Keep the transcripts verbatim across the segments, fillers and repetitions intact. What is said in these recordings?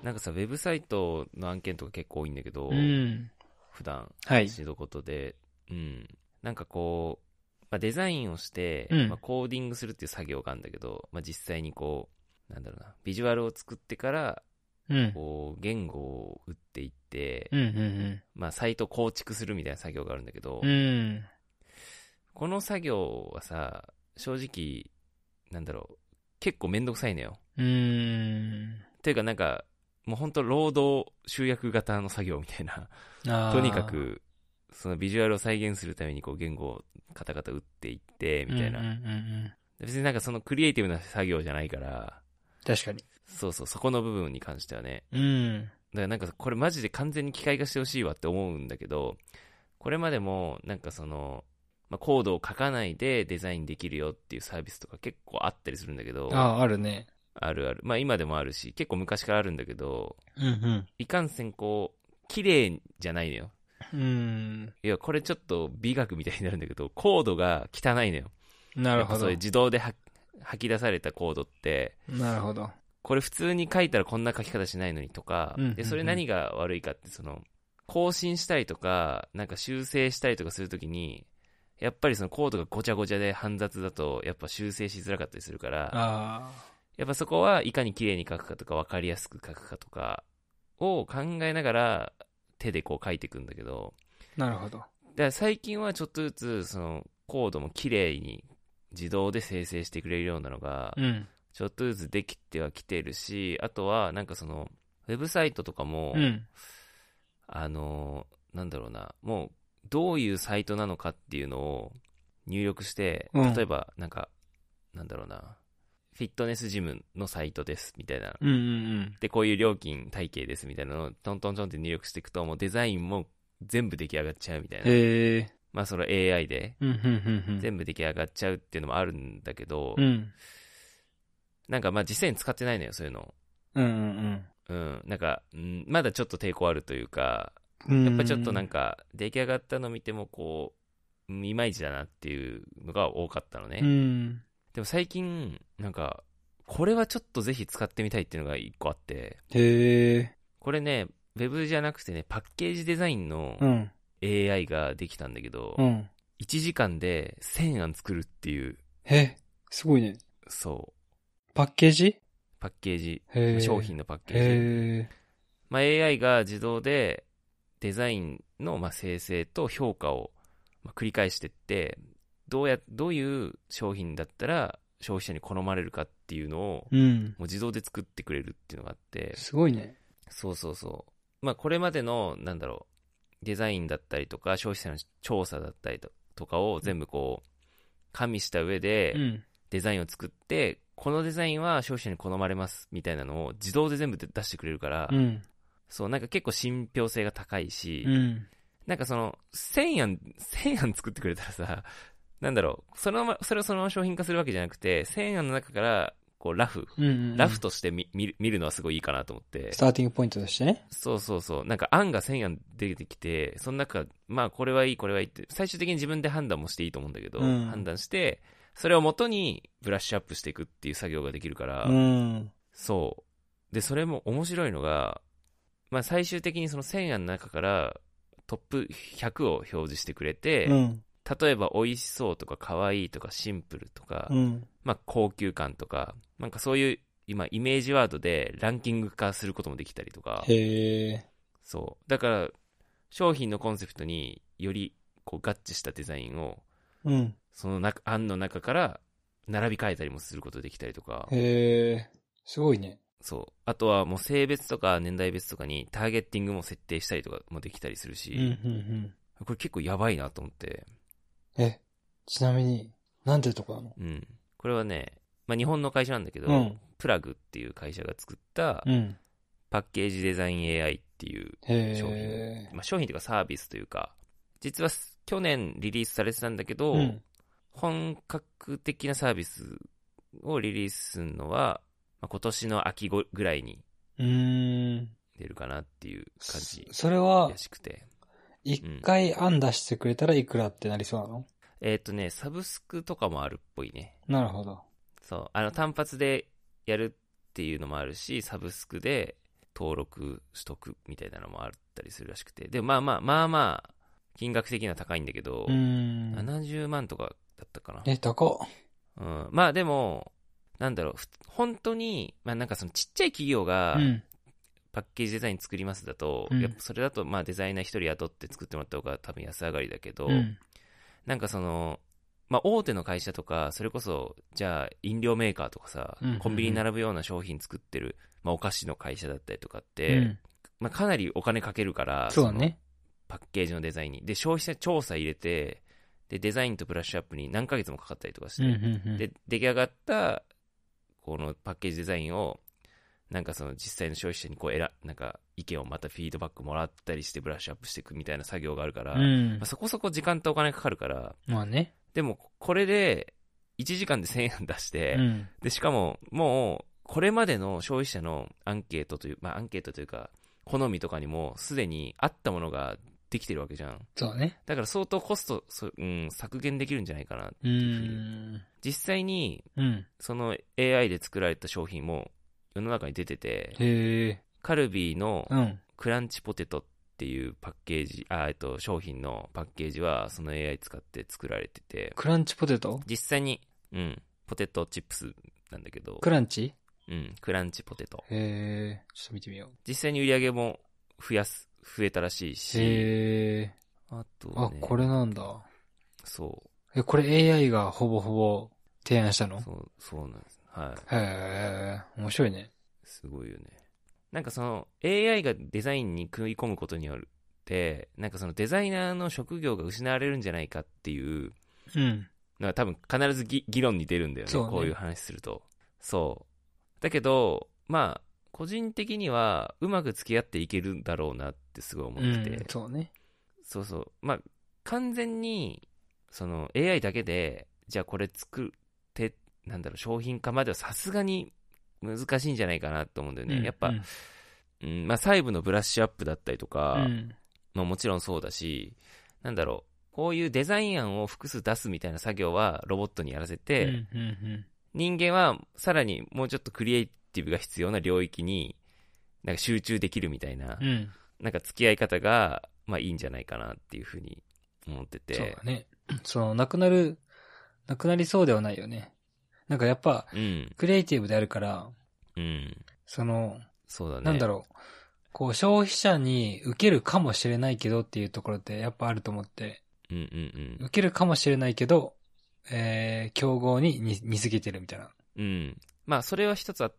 なんかさ、ウェブサイトの案件とか結構多いんだけど、 うん。 普段、 はい。 仕事で、うん。なんかこう、まあ、デザインをして、 うんまあ、コーディングするっていう作業があるんだけど、まあ、実際にこう、なんだろうな、ビジュアルを作ってから、 うん。 こう、言語を打っていって、 うん。うん。 まあ、サイトを構築するみたいな作業があるんだけど、 うん。 この作業はさ、正直、なんだろう、結構めんどくさいのよ。 うん。 ていうかなんか、もうほんと労働集約型の作業みたいな。 ああ。 とにかく、そのビジュアルを再現するためにこう言語をカタカタ打っていって、みたいな。 うんうんうんうん。 別になんかそのクリエイティブな作業じゃないから、 確かに。 そうそう、そこの部分に関してはね。 うん。 だからなんかこれマジで完全に機械化してほしいわって思うんだけど、これまでもなんかその、まあ、コードを書かないでデザインできるよっていうサービスとか結構あったりするんだけど、 ああ、あるね。 あるある。まあ今でもあるし、結構昔からあるんだけど、 うんうん。 いかんせんこう、綺麗じゃないのよ。 うん。 いや、これちょっと美学みたいになるんだけど、コードが汚いのよ。 なるほど。 やっぱそういう自動で吐き出されたコードって、 なるほど。 これ普通に書いたらこんな書き方しないのにとか、 うんうんうん、 で、それ何が悪いかって、その、更新したりとか、なんか修正したりとかするときに、やっぱりそのコードがごちゃごちゃで煩雑だと、やっぱ修正しづらかったりするから、 あやっぱそこはいかに綺麗に書くかとか分かりやすく書くかとかを考えながら手でこう書いていくんだけど、 あ。なるほど。 だから最近はちょっとずつそのコードも綺麗に自動で生成してくれるようなのがうん。 ちょっとずつできてはきてるし、あとはなんかそのウェブサイトとかも、 うん。 あのなんだろうな、もうどういうサイトなのかっていうのを入力して、 うん例えばなんかなんだろうな、フィットネスジムのサイトですみたいな、 うんうんうん。 でこういう料金体系ですみたいなのをトントントンって入力していくと、もうデザインも全部出来上がっちゃうみたいな、 へえ。 まあその エーアイ でうんうんうんうん。 全部出来上がっちゃうっていうのもあるんだけど、 うん。 なんかまあ実際に使ってないのよ、そういうの。 うんうんうん、なんか、うん、まだちょっと抵抗あるというか、 うん。 やっぱちょっとなんか出来上がったの見てもこう、うんいまいちだなっていうのが多かったのね。 うん。 でも最近、なんか、これはちょっとぜひ使ってみたいっていうのが一個あって、 へえ。 これね、ウェブじゃなくてね、パッケージデザインのうん。 エーアイ ができたんだけど、 うん。 いちじかんでせんあん作るっていう、 え、すごいね。 そう、 パッケージパッケージ、 へえ。 商品のパッケージ。 へえ。 まあ、エーアイ が自動でデザインのまあ生成と評価をまあ繰り返していって、どうや、どういう商品だったら消費者に好まれるかっていうのを、 うん。 もう自動で作ってくれるっていうのがあって、 すごいね。 そうそうそう。まあ、これまでの、なんだろう、デザインだったりとか、消費者の調査だったりととかを全部こう、加味した上で、 うん。 デザインを作って、このデザインは消費者に好まれますみたいなのを自動で全部出してくれるから、 うん。 そう、なんか結構信憑性が高いし、 うん。 なんかその、せんあん、せんあん作ってくれたらさ、なんだろう、そのまま、それをそのまま商品化するわけじゃなくて、せんあんの中から、こう、ラフ、 うんうんうん。 ラフとして見見る見るのはすごいいいかなと思って。 スターティングポイントとしてね。 そうそうそう。なんか案がせんあん出てきて、その中、まあこれはいい、これはいいって、最終的に自分で判断もしていいと思うんだけど、 うん判断して、それを元にブラッシュアップしていくっていう作業ができるから、 うん。 そう。で、それも面白いのが、まあ最終的にそのせんあんの中からトップひゃくを表示してくれて、 うん。 例えば美味しそうとか可愛いとかシンプルとか、 うん。 まあ高級感とか、なんかそういう今イメージワードでランキング化することもできたりとか、 へえ。 そう。だから商品のコンセプトによりこう合致したデザインをうん。 その中案の中から並び替えたりもすることできたりとか、 へえ。すごいね。 そう。あとはもう性別とか年代別とかにターゲッティングも設定したりとかもできたりするし、 うんうんうん。 これ結構やばいなと思って。 え、ちなみに、なんていうとこなの？ うん。これはね、まあ日本の会社なんだけど、 うんプラグっていう会社が作ったうん。 パッケージデザイン エーアイ っていうへ商品。 え。 まあ商品というかサービスというか、実は去年リリースされてたんだけど、 うん。 本格的なサービスをリリースするのは、まあ、今年の秋ごぐらいにうーん。 出るかなっていう感じそそれはら、しくて。 一回案出してくれたらいくらってなりそうなの？ えっとね、サブスクとかもあるっぽいね。 なるほど。 そう。あの、単発でやるっていうのもあるし、サブスクで登録しとくみたいなのもあったりするらしくて、でもまあまあまあまあ金額的には高いんだけど、 うーん。 ななじゅうまんとかだったかな。 え、高っ。 うん、まあでもなんだろう、本当にまあなんかそのちっちゃい企業が、 うん。 パッケージデザイン作りますだと、 うん、 やっぱそれだとまあデザイナー一人雇って作ってもらった方が多分安上がりだけど、 うん、 なんかその、まあ大手の会社とか、それこそ、じゃあ飲料メーカーとかさ、 うんうんうん、 コンビニに並ぶような商品作ってる、まあお菓子の会社だったりとかって、 うん、 まあかなりお金かけるから、 そうだね。 パッケージのデザインに。で、消費者調査入れて、で、デザインとブラッシュアップに何ヶ月もかかったりとかして、 うんうんうん、 で、出来上がった、このパッケージデザインを、なんかその実際の消費者にこう選なんか意見をまたフィードバックもらったりしてブラッシュアップしていくみたいな作業があるから、 うん、 まあ、そこそこ時間とお金かかるから、 まあね。 でもこれでいちじかんでせんえん出して、 うん、 でしかももうこれまでの消費者のアンケートという、まあアンケートというか好みとかにもすでに合ったものができてるわけじゃん。 そうね。 だから相当コスト、うん、削減できるんじゃないかなってういうふうに。 ん。 実際に、 うん。 その エーアイ で作られた商品も世の中に出てて、 へえ。 カルビーのうん。 クランチポテトっていうパッケージ、あ、えっと、商品のパッケージはその エーアイ 使って作られてて、 クランチポテト？ 実際に、うん、ポテトチップスなんだけど、 クランチ？ うん、クランチポテト。 へえ。ちょっと見てみよう。 実際に売り上げも増やす、増えたらしいし、 へえ。 あと、ね、 あ、これなんだ。 そえ、これ エーアイ がほぼほぼ提案したの？ そう、そうなんです。はい。 へえ。面白いね。 すごいよね。なんかその エーアイ がデザインに組み込むことによって、なんかそのデザイナーの職業が失われるんじゃないかっていううん。 のは多分必ず議議論に出るんだよね。 そうね。 こういう話すると。そう。だけど、まあ、個人的にはうまく付き合っていけるんだろうなってすごい思ってて。 うん、そうね。 そうそう。まあ、完全に、その エーアイ だけで、じゃあこれ作って、なんだろう、商品化まではさすがに難しいんじゃないかなと思うんだよね。 うん、 やっぱ、 うんうん、まあ細部のブラッシュアップだったりとか、 うん、 まあもちろんそうだし、なんだろう、こういうデザイン案を複数出すみたいな作業はロボットにやらせて、 うんうんうん、 人間はさらにもうちょっとクリエイティブが必要な領域になんか集中できるみたいな、 うん、 なんか付き合い方が、まあいいんじゃないかなっていうふうに思ってて。 そうだね。その、なくなる、なくなりそうではないよね。なんかやっぱ、 うん。 クリエイティブであるから、 うん。 その、 そうだね。 なんだろう。こう、消費者に受けるかもしれないけどっていうところってやっぱあると思って。 うんうんうん。 受けるかもしれないけど、えー、競合に似似すぎてるみたいな。 うん。まあ、それは一つあって、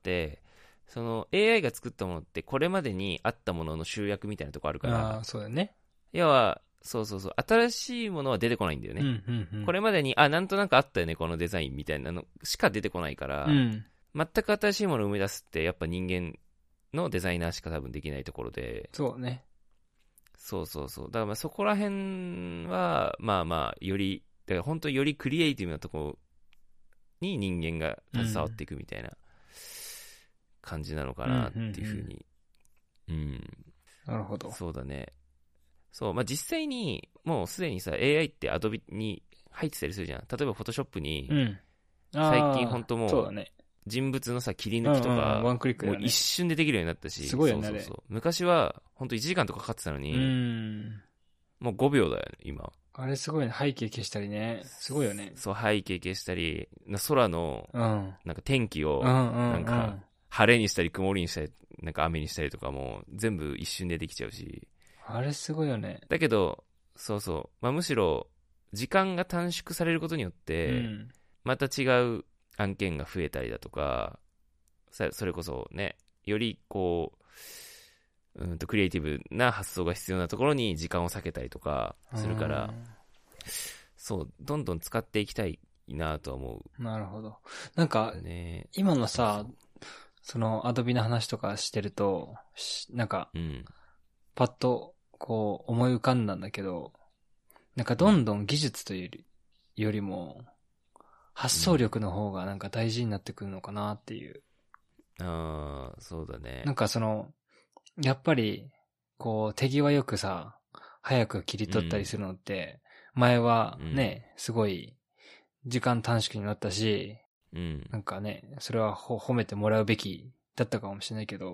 その エーアイ が作ったものってこれまでにあったものの集約みたいなとこあるから、 ああ、そうだね。 要は、そうそうそう、新しいものは出てこないんだよね。 うんうんうん。 これまでに、あ、なんとなくあったよね、このデザインみたいなのしか出てこないから、 うん。 全く新しいものを生み出すって、やっぱ人間のデザイナーしか多分できないところで、 そうね。 そうそうそう。だからまあそこら辺は、まあまあ、より、だから本当によりクリエイティブなところに人間が携わっていくみたいな感じなのかなっていうふうに。うん。 なるほど。 そうだね。そう、まあ実際に、もうすでにさ、エーアイ って Adobe に入ってたりするじゃん。例えば Photoshop に、 うん。 最近本当もう、 そうだね。 人物のさ、切り抜きとうんうんか、 うんワンクリックだよねもう一瞬でできるようになったし、 すごいよねそうそうそう。昔は、本当いちじかんとかかかってたのに、 うん。 もうごびょうだよね、今。 あれすごいね。背景消したりね。すごいよね。 そう、背景消したり、空の、 うん。 なんか天気を、 うんうんうん。 なんか、晴れにしたり曇りにしたり、なんか雨にしたりとかも、全部一瞬でできちゃうし。 あれすごいよね。 だけど、そうそう、まあ、むしろ、時間が短縮されることによっうて、 ん。 また違う案件が増えたりだとか、さそれこそね、よりこう、うんとクリエイティブな発想が必要なところに時間を割けたりとかするから、そう、どんどん使っていきたいなとは思うん。なるほど。なんか、 う。ね、 今のさ、そのアドビの話とかしてると、なんか、 うん。 パッと、こう、思い浮かんだんだけど、なんかどんどん技術というより、よりも、発想力の方がなんか大事になってくるのかなっていう。 ああ、そうだね。 なんかその、やっぱり、こう、手際よくさ、早く切り取ったりするのって、前はね、すごい、時間短縮になったし、 うん。 なんかね、それはほ褒めてもらうべきだったかもしれないけど、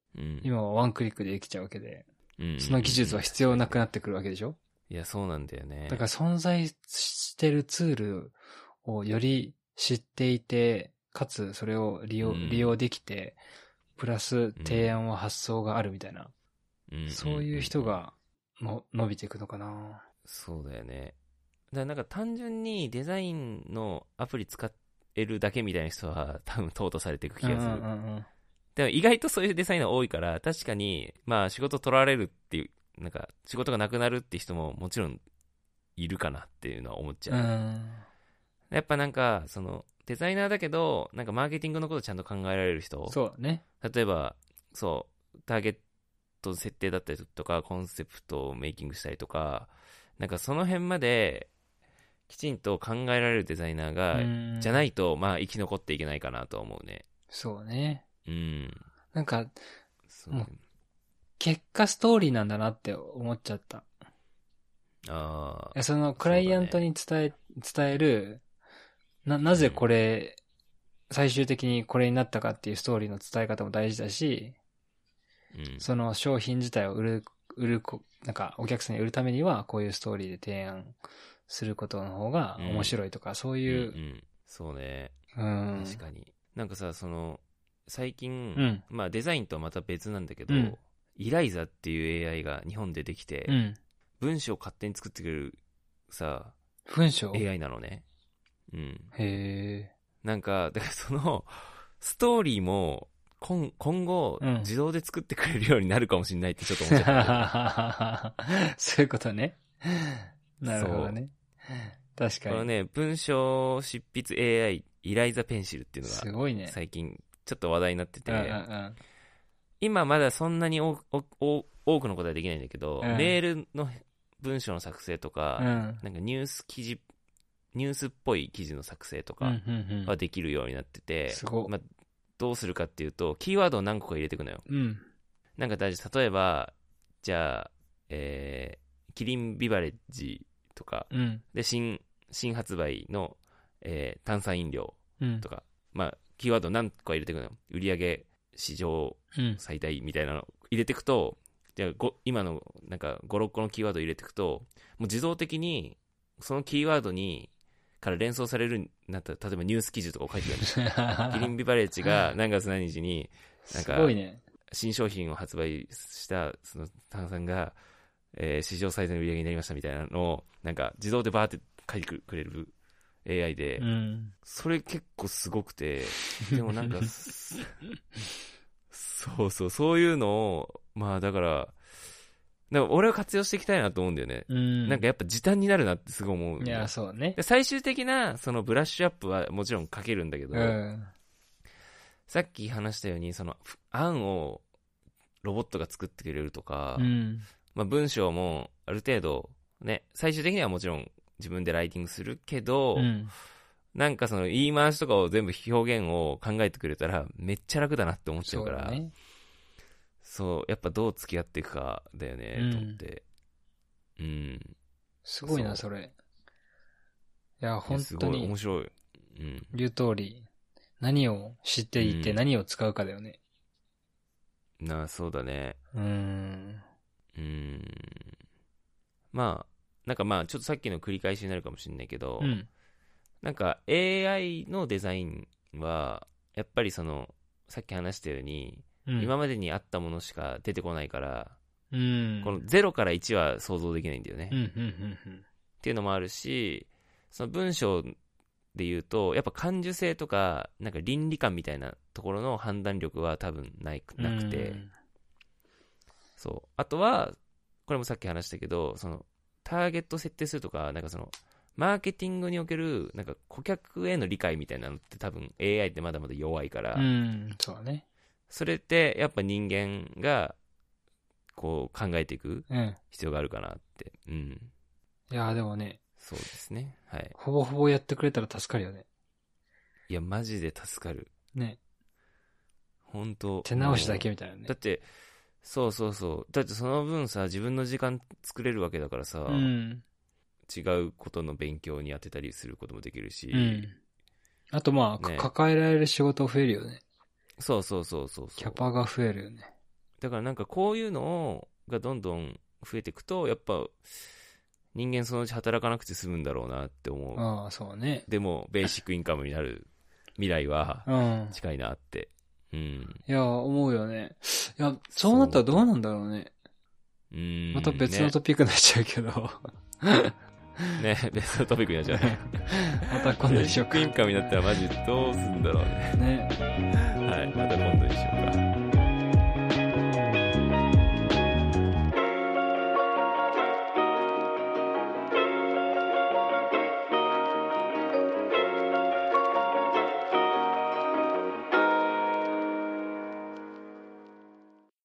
うん。 今はワンクリックでできちゃうわけで、 うん、 その技術は必要なくなってくるわけでしょ。 いや、そうなんだよね。 だから存在してるツールをより知っていて、かつそれを利用、うん、利用できて、プラス提案は発想があるみたいな。うん、そういう人がの伸びていくのかな。 そうだよね。だからなんか単純にデザインのアプリ使えるだけみたいな人は多分淘汰されていく気がする。うんうんうん、でも意外とそういうデザイナー多いから、確かに、まあ仕事取られるっていう、なんか仕事がなくなるって人ももちろんいるかなっていうのは思っちゃう。うん、やっぱなんか、その、デザイナーだけど、なんかマーケティングのことちゃんと考えられる人。 そうね。 例えば、そう、ターゲット設定だったりとか、コンセプトをメイキングしたりとか、なんかその辺まで、きちんと考えられるデザイナーが、じゃないと、まあ生き残っていけないかなと思うね。 そうね。 うん。 なんか、そうもう結果ストーリーなんだなって思っちゃった。 ああ。 そのクライアントに伝え、ね、伝える、な、なぜこれ、うん、最終的にこれになったかっていうストーリーの伝え方も大事だし、うん、その商品自体を売る、売る、なんかお客さんに売るためにはこういうストーリーで提案することの方が面白いとか、うん、そういう、 うんうん、そうね。 うん。 確かに。なんかさ、その、最近、 うん、 まあデザインとはまた別なんだけど、 うん、 イライザっていう エーアイ が日本でできて、 うん、 文章を勝手に作ってくれるさ、 文章エーアイ なのね。うん。 へー。なんか、だからその、ストーリーも、今今後、自動で作ってくれるようになるかもしれないってちょっと思っちゃった、 ね。そういうことね。なるほどね。確かに。 このね、文章執筆 エーアイ、イライザペンシルっていうのが、 すごいね。 最近、ちょっと話題になってて、 うんうんうん、 今まだそんなに多くのことはできないんだけど、うん、メールの文章の作成とか、うん、なんかニュース記事、ニュースっぽい記事の作成とかはできるようになってて、 うんうんうん、 まあ、どうするかっていうと、キーワードを何個か入れていくのよ。 うん、 なんか例えば、じゃあ、えー、キリンビバレッジとか、 うん、 で、新、新発売の、えー、炭酸飲料とか、 うん、 まあ、キーワード何個か入れていくのよ。売上史上最大みたいなの入れていくと、じゃあ今のなんかご、ろっこのキーワード入れていくと、もう自動的にそのキーワードにから連想されるなったら、例えばニュース記事とかを書いてくるの。キリンビバレッジが何月何日になんか新商品を発売したその炭酸が、えー、史上最大の売り上げになりましたみたいなのをなんか自動でバーって書いてくれる エーアイ で、 うん、 それ結構すごくて、でもなんかそうそう、そういうのを、まあだから、だから俺は活用していきたいなと思うんだよね。 うん、 なんかやっぱ時短になるなってすごい思う。 いや、そうね。 最終的なそのブラッシュアップはもちろん書けるんだけど、 うん、 さっき話したように、その案をロボットが作ってくれるとか、 うん、 まあ文章もある程度、ね、最終的にはもちろん自分でライティングするけど、 うん、 なんかその言い回しとかを全部表現を考えてくれたらめっちゃ楽だなって思っちゃうから、そう,、ね、そうやっぱどう付き合っていくかだよね、うん、と思って。うん。 すごいな、それ。いや、本当に。すごい面白い。うん。 言う通り、何を知っていて何を使うかだよね。 うん、なあ、そうだね。 うーん。 うーん。まあ、なんかまあ、ちょっとさっきの繰り返しになるかもしれないけど、 うん、 なんか エーアイ のデザインは、やっぱりその、さっき話したように、うん、今までにあったものしか出てこないから、 うん、 このゼロからいちは想像できないんだよね。 うんうんうんうん、 っていうのもあるし、その文章で言うと、やっぱ感受性とか、なんか倫理観みたいなところの判断力は多分ないなくて、うん、そう。あとは、これもさっき話したけど、その、ターゲット設定するとか、なんかその、マーケティングにおける、なんか顧客への理解みたいなのって多分 エーアイ ってまだまだ弱いから、 うん、そうね。 それってやっぱ人間が、こう考えていく必要があるかなって。うん。 いやでもね。 そうですね。はい。 ほぼほぼやってくれたら助かるよね。 いや、マジで助かる。 ね。 本当。 手直しだけみたいなね。 だって、そうそうそう。だってその分さ、自分の時間作れるわけだからさ、 うん、 違うことの勉強に当てたりすることもできるし。 うん。あとまあ、ね、抱えられる仕事増えるよね。 そうそうそうそうそう。 キャパが増えるよね。 だからなんかこういうのがどんどん増えていくと、やっぱ人間そのうち働かなくて済むんだろうなって思う。 ああ、そうね。 でもベーシックインカムになる未来は近いなって。うん。 いや、思うよね。いや、そうなったらどうなんだろうね。 うーん。 また別のトピックになっちゃうけど。 ね、別のトピックになっちゃうね。 また今度にしようか。 ベーシックインカムになったらマジどうすんだろうね。 ね。 はい、また今度にしようか。